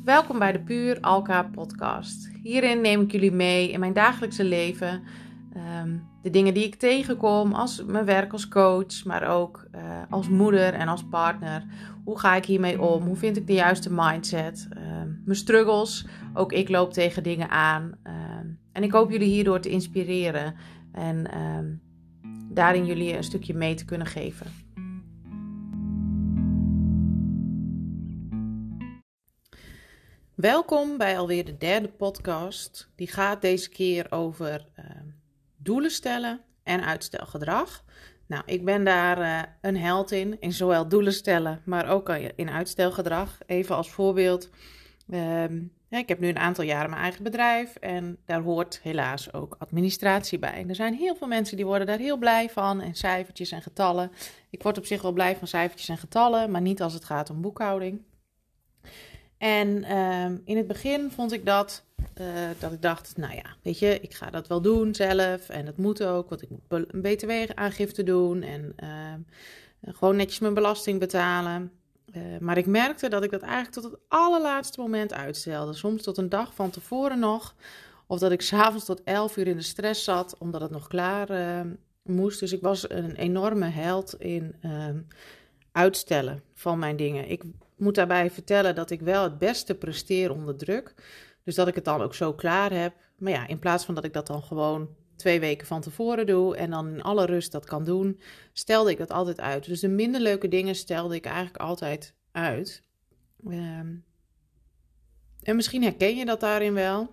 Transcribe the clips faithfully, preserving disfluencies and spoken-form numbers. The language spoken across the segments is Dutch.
Welkom bij de Puur Alka podcast. Hierin neem ik jullie mee in mijn dagelijkse leven. Um, de dingen die ik tegenkom als mijn werk als coach, maar ook uh, als moeder en als partner. Hoe ga ik hiermee om? Hoe vind ik de juiste mindset? Um, mijn struggles, ook ik loop tegen dingen aan. Um, en ik hoop jullie hierdoor te inspireren en um, daarin jullie een stukje mee te kunnen geven. Welkom bij alweer de derde podcast. Die gaat deze keer over uh, doelen stellen en uitstelgedrag. Nou, ik ben daar uh, een held in, in zowel doelen stellen, maar ook in uitstelgedrag. Even als voorbeeld, um, ja, ik heb nu een aantal jaren mijn eigen bedrijf en daar hoort helaas ook administratie bij. Er zijn heel veel mensen die worden daar heel blij van en cijfertjes en getallen. Ik word op zich wel blij van cijfertjes en getallen, maar niet als het gaat om boekhouding. En um, in het begin vond ik dat, uh, dat ik dacht, nou ja, weet je, ik ga dat wel doen zelf. En dat moet ook, want ik moet een B T W-aangifte doen en uh, gewoon netjes mijn belasting betalen. Uh, maar ik merkte dat ik dat eigenlijk tot het allerlaatste moment uitstelde. Soms tot een dag van tevoren nog. Of dat ik 's avonds tot elf uur in de stress zat, omdat het nog klaar uh, moest. Dus ik was een enorme held in uh, uitstellen van mijn dingen. Ik moet daarbij vertellen dat ik wel het beste presteer onder druk. Dus dat ik het dan ook zo klaar heb. Maar ja, in plaats van dat ik dat dan gewoon twee weken van tevoren doe en dan in alle rust dat kan doen, stelde ik dat altijd uit. Dus de minder leuke dingen stelde ik eigenlijk altijd uit. Um, en misschien herken je dat daarin wel.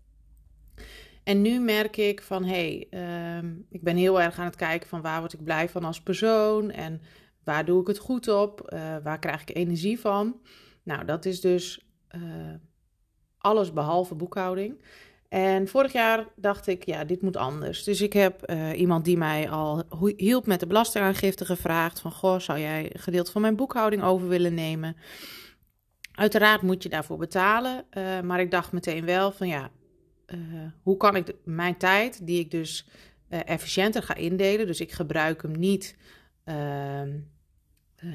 En nu merk ik van, hé, hey, um, ik ben heel erg aan het kijken van waar word ik blij van als persoon en waar doe ik het goed op? Uh, waar krijg ik energie van? Nou, dat is dus uh, alles behalve boekhouding. En vorig jaar dacht ik, ja, dit moet anders. Dus ik heb uh, iemand die mij al hielp met de belastingaangifte gevraagd van, goh, zou jij een gedeelte van mijn boekhouding over willen nemen? Uiteraard moet je daarvoor betalen, uh, maar ik dacht meteen wel van, ja, uh, hoe kan ik de, mijn tijd, die ik dus uh, efficiënter ga indelen, dus ik gebruik hem niet Uh, uh,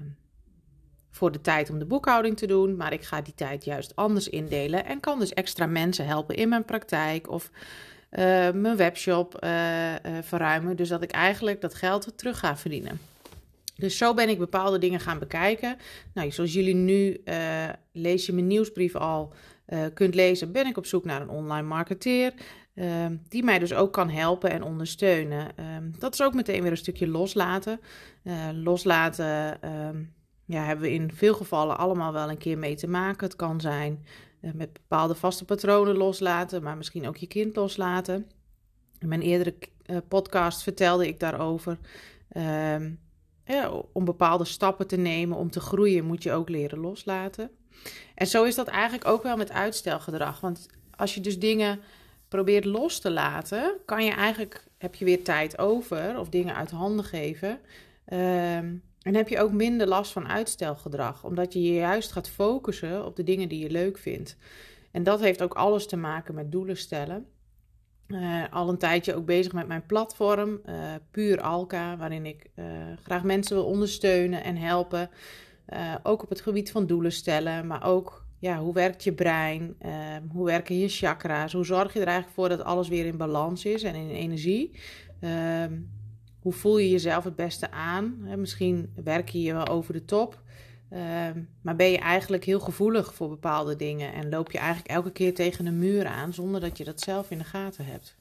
voor de tijd om de boekhouding te doen, maar ik ga die tijd juist anders indelen en kan dus extra mensen helpen in mijn praktijk of uh, mijn webshop uh, uh, verruimen, dus dat ik eigenlijk dat geld terug ga verdienen. Dus zo ben ik bepaalde dingen gaan bekijken. Nou, zoals jullie nu uh, lees je mijn nieuwsbrief al uh, kunt lezen, ben ik op zoek naar een online marketeer Uh, die mij dus ook kan helpen en ondersteunen. Uh, dat is ook meteen weer een stukje loslaten. Uh, loslaten uh, ja, hebben we in veel gevallen allemaal wel een keer mee te maken. Het kan zijn uh, met bepaalde vaste patronen loslaten, maar misschien ook je kind loslaten. In mijn eerdere uh, podcast vertelde ik daarover. Uh, ja, om bepaalde stappen te nemen, om te groeien, moet je ook leren loslaten. En zo is dat eigenlijk ook wel met uitstelgedrag. Want als je dus dingen probeert los te laten, kan je eigenlijk, heb je weer tijd over of dingen uit handen geven. Um, en heb je ook minder last van uitstelgedrag, omdat je je juist gaat focussen op de dingen die je leuk vindt. En dat heeft ook alles te maken met doelen stellen. Uh, al een tijdje ook bezig met mijn platform, uh, Puur Alka, waarin ik uh, graag mensen wil ondersteunen en helpen. Uh, ook op het gebied van doelen stellen, maar ook ja, hoe werkt je brein, uh, hoe werken je chakra's, hoe zorg je er eigenlijk voor dat alles weer in balans is en in energie. Uh, hoe voel je jezelf het beste aan? Uh, misschien werk je je wel over de top, uh, maar ben je eigenlijk heel gevoelig voor bepaalde dingen en loop je eigenlijk elke keer tegen een muur aan zonder dat je dat zelf in de gaten hebt.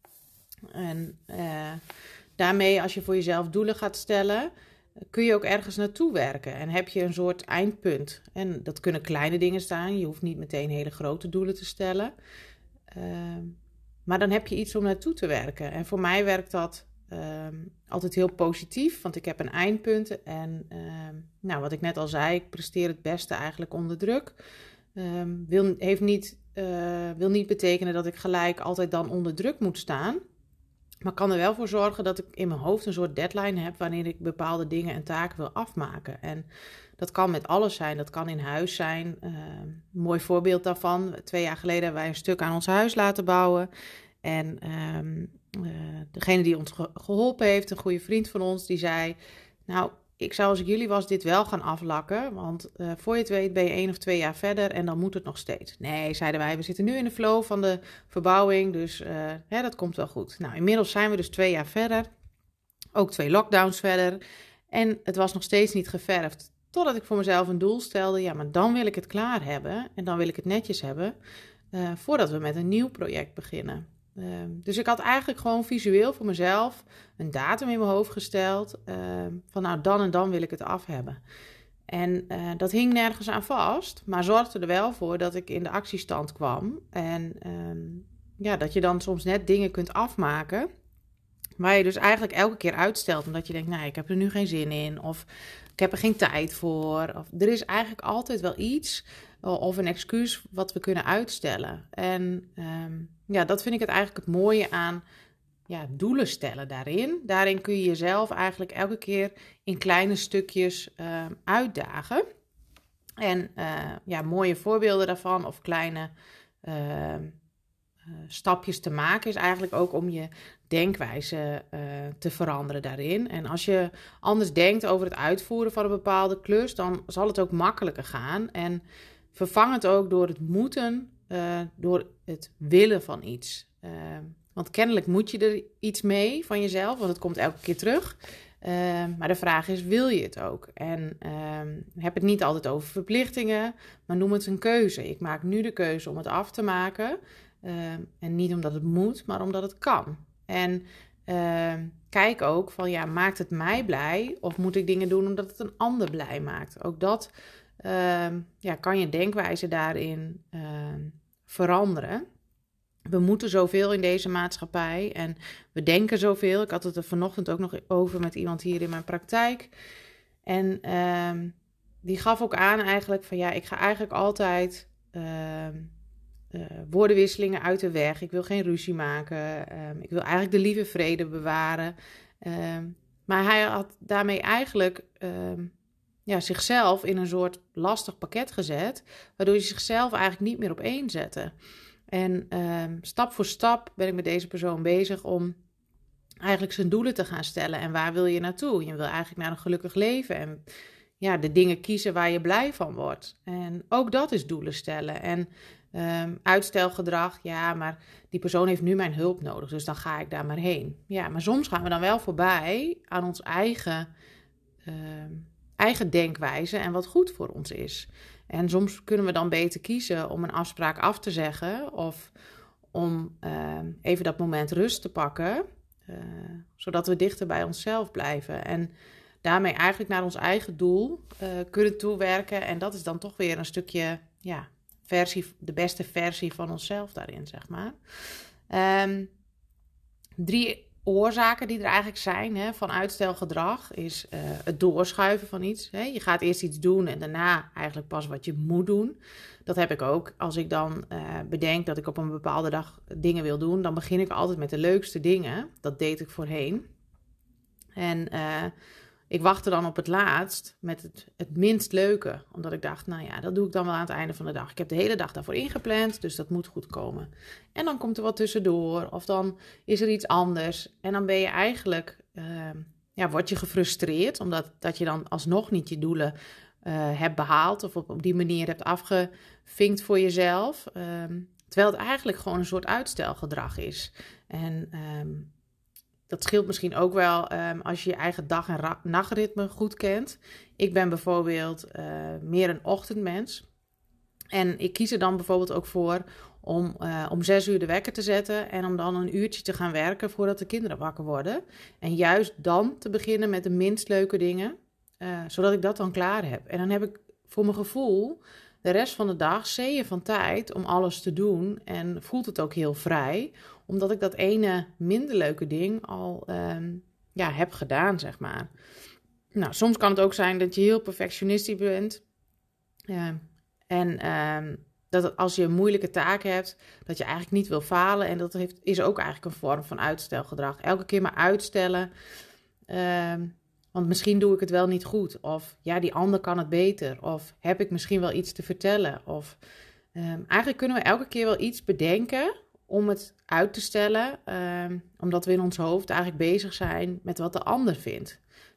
En uh, daarmee, als je voor jezelf doelen gaat stellen, kun je ook ergens naartoe werken en heb je een soort eindpunt. En dat kunnen kleine dingen zijn, je hoeft niet meteen hele grote doelen te stellen. Uh, maar dan heb je iets om naartoe te werken. En voor mij werkt dat uh, altijd heel positief, want ik heb een eindpunt. En uh, nou, wat ik net al zei, ik presteer het beste eigenlijk onder druk. Uh, wil, heeft niet, uh, wil niet betekenen dat ik gelijk altijd dan onder druk moet staan. Maar ik kan er wel voor zorgen dat ik in mijn hoofd een soort deadline heb wanneer ik bepaalde dingen en taken wil afmaken. En dat kan met alles zijn. Dat kan in huis zijn. Uh, een mooi voorbeeld daarvan. Twee jaar geleden hebben wij een stuk aan ons huis laten bouwen. En um, uh, degene die ons ge- geholpen heeft, een goede vriend van ons, die zei, nou, ik zou als ik jullie was dit wel gaan aflakken. Want uh, voor je het weet ben je één of twee jaar verder en dan moet het nog steeds. Nee, zeiden wij, we zitten nu in de flow van de verbouwing, dus uh, hè, dat komt wel goed. Nou, inmiddels zijn we dus twee jaar verder. Ook twee lockdowns verder. En het was nog steeds niet geverfd. Totdat ik voor mezelf een doel stelde. Ja, maar dan wil ik het klaar hebben. En dan wil ik het netjes hebben. Uh, voordat we met een nieuw project beginnen. Uh, dus ik had eigenlijk gewoon visueel voor mezelf een datum in mijn hoofd gesteld. Uh, van nou, dan en dan wil ik het af hebben. En uh, dat hing nergens aan vast. Maar zorgde er wel voor dat ik in de actiestand kwam. En uh, ja, dat je dan soms net dingen kunt afmaken. Waar je dus eigenlijk elke keer uitstelt. Omdat je denkt, nou, ik heb er nu geen zin in. Of ik heb er geen tijd voor. Of, er is eigenlijk altijd wel iets. Of een excuus wat we kunnen uitstellen. En um, ja, dat vind ik het eigenlijk het mooie aan ja, doelen stellen daarin. Daarin kun je jezelf eigenlijk elke keer in kleine stukjes uh, uitdagen. En uh, ja, mooie voorbeelden daarvan of kleine uh, uh, stapjes te maken is eigenlijk ook om je denkwijze uh, te veranderen daarin. En als je anders denkt over het uitvoeren van een bepaalde klus, dan zal het ook makkelijker gaan. En vervang het ook door het moeten, uh, door het willen van iets. Uh, want kennelijk moet je er iets mee van jezelf, want het komt elke keer terug. Uh, maar de vraag is, wil je het ook? En uh, heb het niet altijd over verplichtingen, maar noem het een keuze. Ik maak nu de keuze om het af te maken. Uh, en niet omdat het moet, maar omdat het kan. En uh, kijk ook van, ja, maakt het mij blij? Of moet ik dingen doen omdat het een ander blij maakt? Ook dat uh, ja, kan je denkwijze daarin uh, veranderen. We moeten zoveel in deze maatschappij en we denken zoveel. Ik had het er vanochtend ook nog over met iemand hier in mijn praktijk. En uh, die gaf ook aan eigenlijk van, ja, ik ga eigenlijk altijd Uh, Uh, woordenwisselingen uit de weg. Ik wil geen ruzie maken. Uh, ik wil eigenlijk de lieve vrede bewaren. Uh, maar hij had daarmee eigenlijk uh, ja, zichzelf in een soort lastig pakket gezet, waardoor hij zichzelf eigenlijk niet meer op één zette. En uh, stap voor stap ben ik met deze persoon bezig om eigenlijk zijn doelen te gaan stellen. En waar wil je naartoe? Je wil eigenlijk naar een gelukkig leven en ja, de dingen kiezen waar je blij van wordt. En ook dat is doelen stellen. En Um, uitstelgedrag, ja, maar die persoon heeft nu mijn hulp nodig, dus dan ga ik daar maar heen. Ja, maar soms gaan we dan wel voorbij aan ons eigen, uh, eigen denkwijze en wat goed voor ons is. En soms kunnen we dan beter kiezen om een afspraak af te zeggen of om uh, even dat moment rust te pakken, uh, zodat we dichter bij onszelf blijven. En daarmee eigenlijk naar ons eigen doel uh, kunnen toewerken. En dat is dan toch weer een stukje, ja, versie, de beste versie van onszelf daarin, zeg maar. Um, drie oorzaken die er eigenlijk zijn hè, van uitstelgedrag is uh, het doorschuiven van iets. Hè. Je gaat eerst iets doen en daarna eigenlijk pas wat je moet doen. Dat heb ik ook. Als ik dan uh, bedenk dat ik op een bepaalde dag dingen wil doen, dan begin ik altijd met de leukste dingen. Dat deed ik voorheen. En uh, ik wachtte dan op het laatst met het, het minst leuke. Omdat ik dacht, nou ja, dat doe ik dan wel aan het einde van de dag. Ik heb de hele dag daarvoor ingepland, dus dat moet goed komen. En dan komt er wat tussendoor. Of dan is er iets anders. En dan ben je eigenlijk, uh, ja, word je gefrustreerd. Omdat dat je dan alsnog niet je doelen uh, hebt behaald. Of op, op die manier hebt afgevinkt voor jezelf. Um, terwijl het eigenlijk gewoon een soort uitstelgedrag is. En Um, dat scheelt misschien ook wel um, als je je eigen dag- en ra- nachtritme goed kent. Ik ben bijvoorbeeld uh, meer een ochtendmens. En ik kies er dan bijvoorbeeld ook voor om uh, om zes uur de wekker te zetten en om dan een uurtje te gaan werken voordat de kinderen wakker worden. En juist dan te beginnen met de minst leuke dingen, uh, zodat ik dat dan klaar heb. En dan heb ik voor mijn gevoel de rest van de dag zeeën van tijd om alles te doen en voelt het ook heel vrij, omdat ik dat ene minder leuke ding al um, ja, heb gedaan, zeg maar. Nou, soms kan het ook zijn dat je heel perfectionistisch bent. Uh, en um, dat als je een moeilijke taak hebt, dat je eigenlijk niet wil falen. En dat heeft, is ook eigenlijk een vorm van uitstelgedrag. Elke keer maar uitstellen. Um, want misschien doe ik het wel niet goed. Of ja, die ander kan het beter. Of heb ik misschien wel iets te vertellen. Of um, eigenlijk kunnen we elke keer wel iets bedenken om het uit te stellen. Um, omdat we in ons hoofd eigenlijk bezig zijn met wat de ander vindt.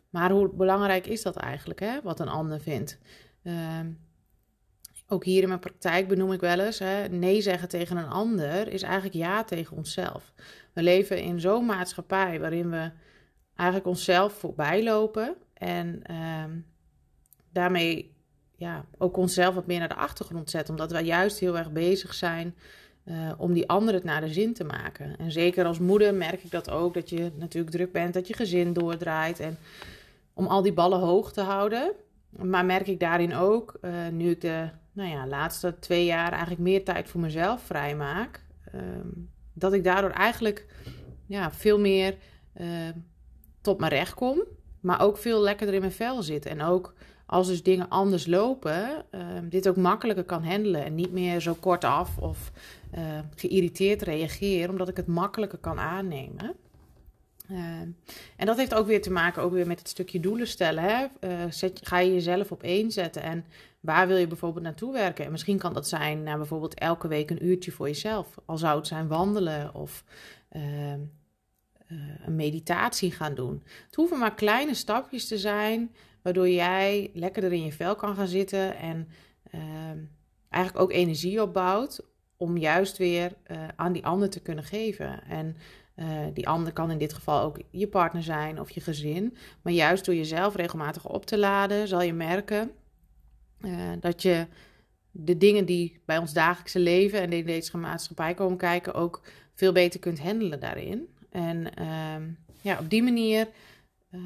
Maar hoe belangrijk is dat eigenlijk, hè? Wat een ander vindt? Um, ook hier in mijn praktijk benoem ik wel eens, hè, nee zeggen tegen een ander is eigenlijk ja tegen onszelf. We leven in zo'n maatschappij waarin we eigenlijk onszelf voorbij lopen en um, daarmee ja, ook onszelf wat meer naar de achtergrond zetten. Omdat wij juist heel erg bezig zijn uh, om die ander het naar de zin te maken. En zeker als moeder merk ik dat ook, dat je natuurlijk druk bent, dat je gezin doordraait. En om al die ballen hoog te houden. Maar merk ik daarin ook, uh, nu ik de nou ja, laatste twee jaar eigenlijk meer tijd voor mezelf vrijmaak. Uh, dat ik daardoor eigenlijk ja, veel meer uh, tot mijn recht kom. Maar ook veel lekkerder in mijn vel zit. En ook als dus dingen anders lopen, uh, dit ook makkelijker kan handelen. En niet meer zo kortaf of uh, geïrriteerd reageren, omdat ik het makkelijker kan aannemen. Uh, en dat heeft ook weer te maken ook weer met het stukje doelen stellen. Hè? Uh, zet, ga je jezelf op één zetten en waar wil je bijvoorbeeld naartoe werken? En misschien kan dat zijn nou, bijvoorbeeld elke week een uurtje voor jezelf. Al zou het zijn wandelen of uh, uh, een meditatie gaan doen. Het hoeven maar kleine stapjes te zijn, waardoor jij lekkerder in je vel kan gaan zitten en uh, eigenlijk ook energie opbouwt om juist weer uh, aan die ander te kunnen geven. En uh, die ander kan in dit geval ook je partner zijn of je gezin. Maar juist door jezelf regelmatig op te laden, zal je merken uh, dat je de dingen die bij ons dagelijkse leven en in deze maatschappij komen kijken ook veel beter kunt handelen daarin. En uh, ja, op die manier uh,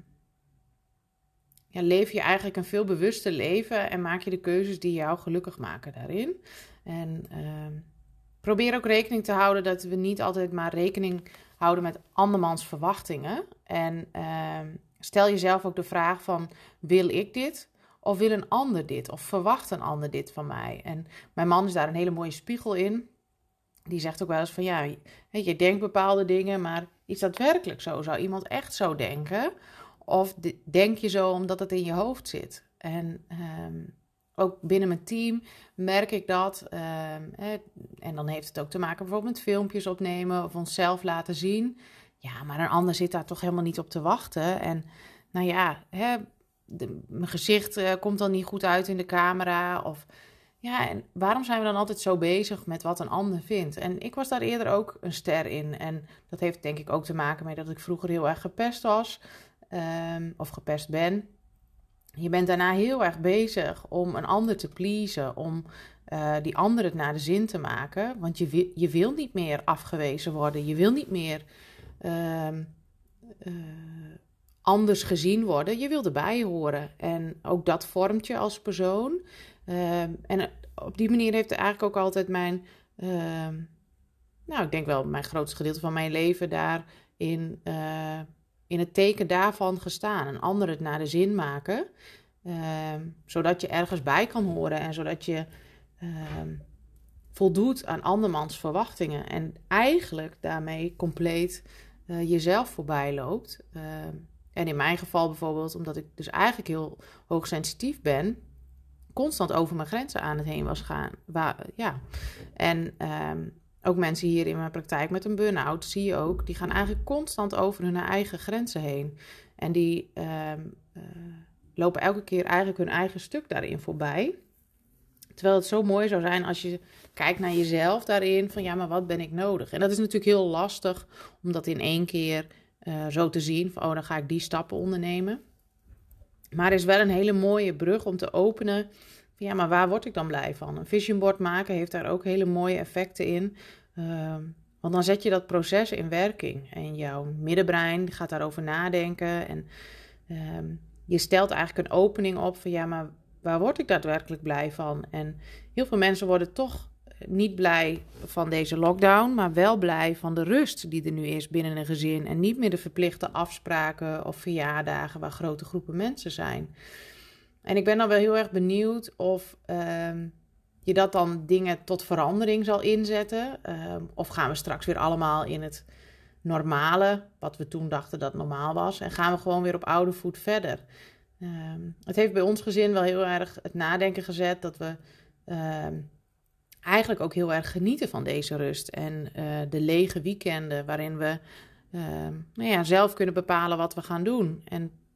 ja, leef je eigenlijk een veel bewuster leven en maak je de keuzes die jou gelukkig maken daarin. En uh, probeer ook rekening te houden dat we niet altijd maar rekening houden met andermans verwachtingen. En uh, stel jezelf ook de vraag van, wil ik dit? Of wil een ander dit? Of verwacht een ander dit van mij? En mijn man is daar een hele mooie spiegel in. Die zegt ook wel eens van, ja, je denkt bepaalde dingen, maar is dat werkelijk zo? Zou iemand echt zo denken? Of denk je zo omdat het in je hoofd zit? En um, ook binnen mijn team merk ik dat. Um, hè, en dan heeft het ook te maken bijvoorbeeld met filmpjes opnemen of onszelf laten zien. Ja, maar een ander zit daar toch helemaal niet op te wachten. En nou ja, hè, de, mijn gezicht uh, komt dan niet goed uit in de camera. Of ja, en waarom zijn we dan altijd zo bezig met wat een ander vindt? En ik was daar eerder ook een ster in. En dat heeft denk ik ook te maken met dat ik vroeger heel erg gepest was. Um, of gepest ben. Je bent daarna heel erg bezig om een ander te pleasen, om uh, die ander het naar de zin te maken. Want je wil, je wil niet meer afgewezen worden, je wil niet meer uh, uh, anders gezien worden, je wil erbij horen. En ook dat vormt je als persoon. Uh, en op die manier heeft eigenlijk ook altijd mijn, uh, nou ik denk wel mijn grootste gedeelte van mijn leven daarin uh, in het teken daarvan gestaan. Een ander het naar de zin maken. Uh, zodat je ergens bij kan horen. En zodat je uh, voldoet aan andermans verwachtingen. En eigenlijk daarmee compleet uh, jezelf voorbij loopt. Uh, en in mijn geval bijvoorbeeld, omdat ik dus eigenlijk heel hoogsensitief ben, constant over mijn grenzen aan het heen was gaan. Waar, ja. En Um, ook mensen hier in mijn praktijk met een burn-out zie je ook, die gaan eigenlijk constant over hun eigen grenzen heen. En die uh, uh, lopen elke keer eigenlijk hun eigen stuk daarin voorbij. Terwijl het zo mooi zou zijn als je kijkt naar jezelf daarin, van ja, maar wat ben ik nodig? En dat is natuurlijk heel lastig om dat in één keer uh, zo te zien, van oh, dan ga ik die stappen ondernemen. Maar er is wel een hele mooie brug om te openen. Ja, maar waar word ik dan blij van? Een vision board maken heeft daar ook hele mooie effecten in. Uh, want dan zet je dat proces in werking. En jouw middenbrein gaat daarover nadenken. En uh, je stelt eigenlijk een opening op van ja, maar waar word ik daadwerkelijk blij van? En heel veel mensen worden toch niet blij van deze lockdown, maar wel blij van de rust die er nu is binnen een gezin. En niet meer de verplichte afspraken of verjaardagen waar grote groepen mensen zijn. En ik ben dan wel heel erg benieuwd of uh, je dat dan dingen tot verandering zal inzetten. Uh, of gaan we straks weer allemaal in het normale, wat we toen dachten dat normaal was. En gaan we gewoon weer op oude voet verder. Uh, het heeft bij ons gezin wel heel erg het nadenken gezet dat we uh, eigenlijk ook heel erg genieten van deze rust. En uh, de lege weekenden waarin we uh, nou ja, zelf kunnen bepalen wat we gaan doen. En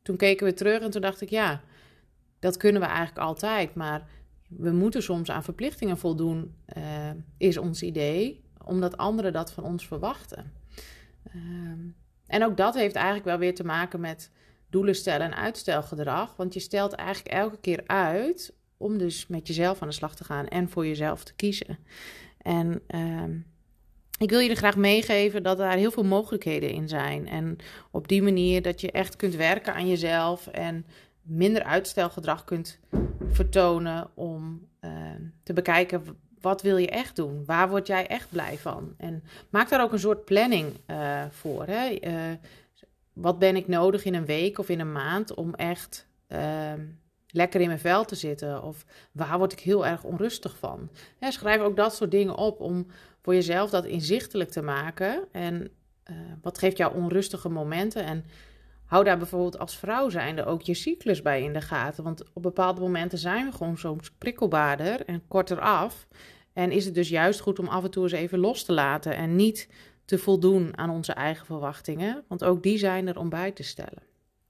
toen keken we terug en toen dacht ik, ja, dat kunnen we eigenlijk altijd. Maar we moeten soms aan verplichtingen voldoen, uh, is ons idee, omdat anderen dat van ons verwachten. Um, en ook dat heeft eigenlijk wel weer te maken met doelen stellen en uitstelgedrag. Want je stelt eigenlijk elke keer uit om dus met jezelf aan de slag te gaan en voor jezelf te kiezen. En um, ik wil je er graag meegeven dat daar heel veel mogelijkheden in zijn. En op die manier dat je echt kunt werken aan jezelf en minder uitstelgedrag kunt vertonen om uh, te bekijken, wat wil je echt doen? Waar word jij echt blij van? En maak daar ook een soort planning uh, voor. Hè? Uh, wat ben ik nodig in een week of in een maand om echt uh, lekker in mijn vel te zitten? Of waar word ik heel erg onrustig van? Hè, schrijf ook dat soort dingen op om voor jezelf dat inzichtelijk te maken. En uh, wat geeft jou onrustige momenten? En hou daar bijvoorbeeld als vrouw zijnde ook je cyclus bij in de gaten. Want op bepaalde momenten zijn we gewoon soms prikkelbaarder en korter af. En is het dus juist goed om af en toe eens even los te laten en niet te voldoen aan onze eigen verwachtingen. Want ook die zijn er om bij te stellen.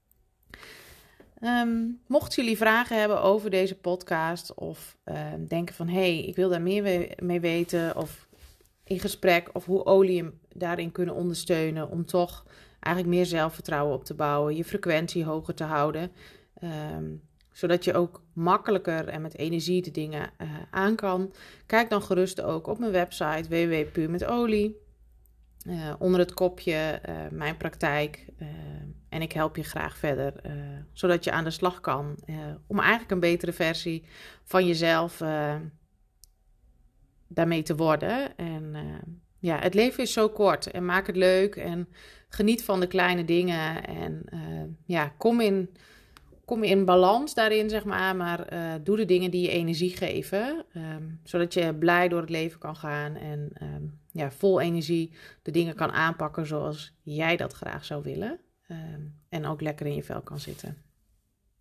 Um, mochten jullie vragen hebben over deze podcast of uh, denken van, hé, hey, ik wil daar meer mee weten of in gesprek of hoe Olie hem daarin kunnen ondersteunen om toch eigenlijk meer zelfvertrouwen op te bouwen, je frequentie hoger te houden, um, zodat je ook makkelijker en met energie de dingen uh, aan kan. Kijk dan gerust ook op mijn website w w w punt puur met olie. Uh, onder het kopje uh, mijn praktijk. Uh, en ik help je graag verder, uh, zodat je aan de slag kan. Uh, om eigenlijk een betere versie van jezelf uh, daarmee te worden. En uh, ja, het leven is zo kort. En maak het leuk. En geniet van de kleine dingen. En uh, ja, kom in, kom in balans daarin, zeg maar. Maar uh, doe de dingen die je energie geven. Um, zodat je blij door het leven kan gaan. En um, ja, vol energie de dingen kan aanpakken zoals jij dat graag zou willen. Um, en ook lekker in je vel kan zitten.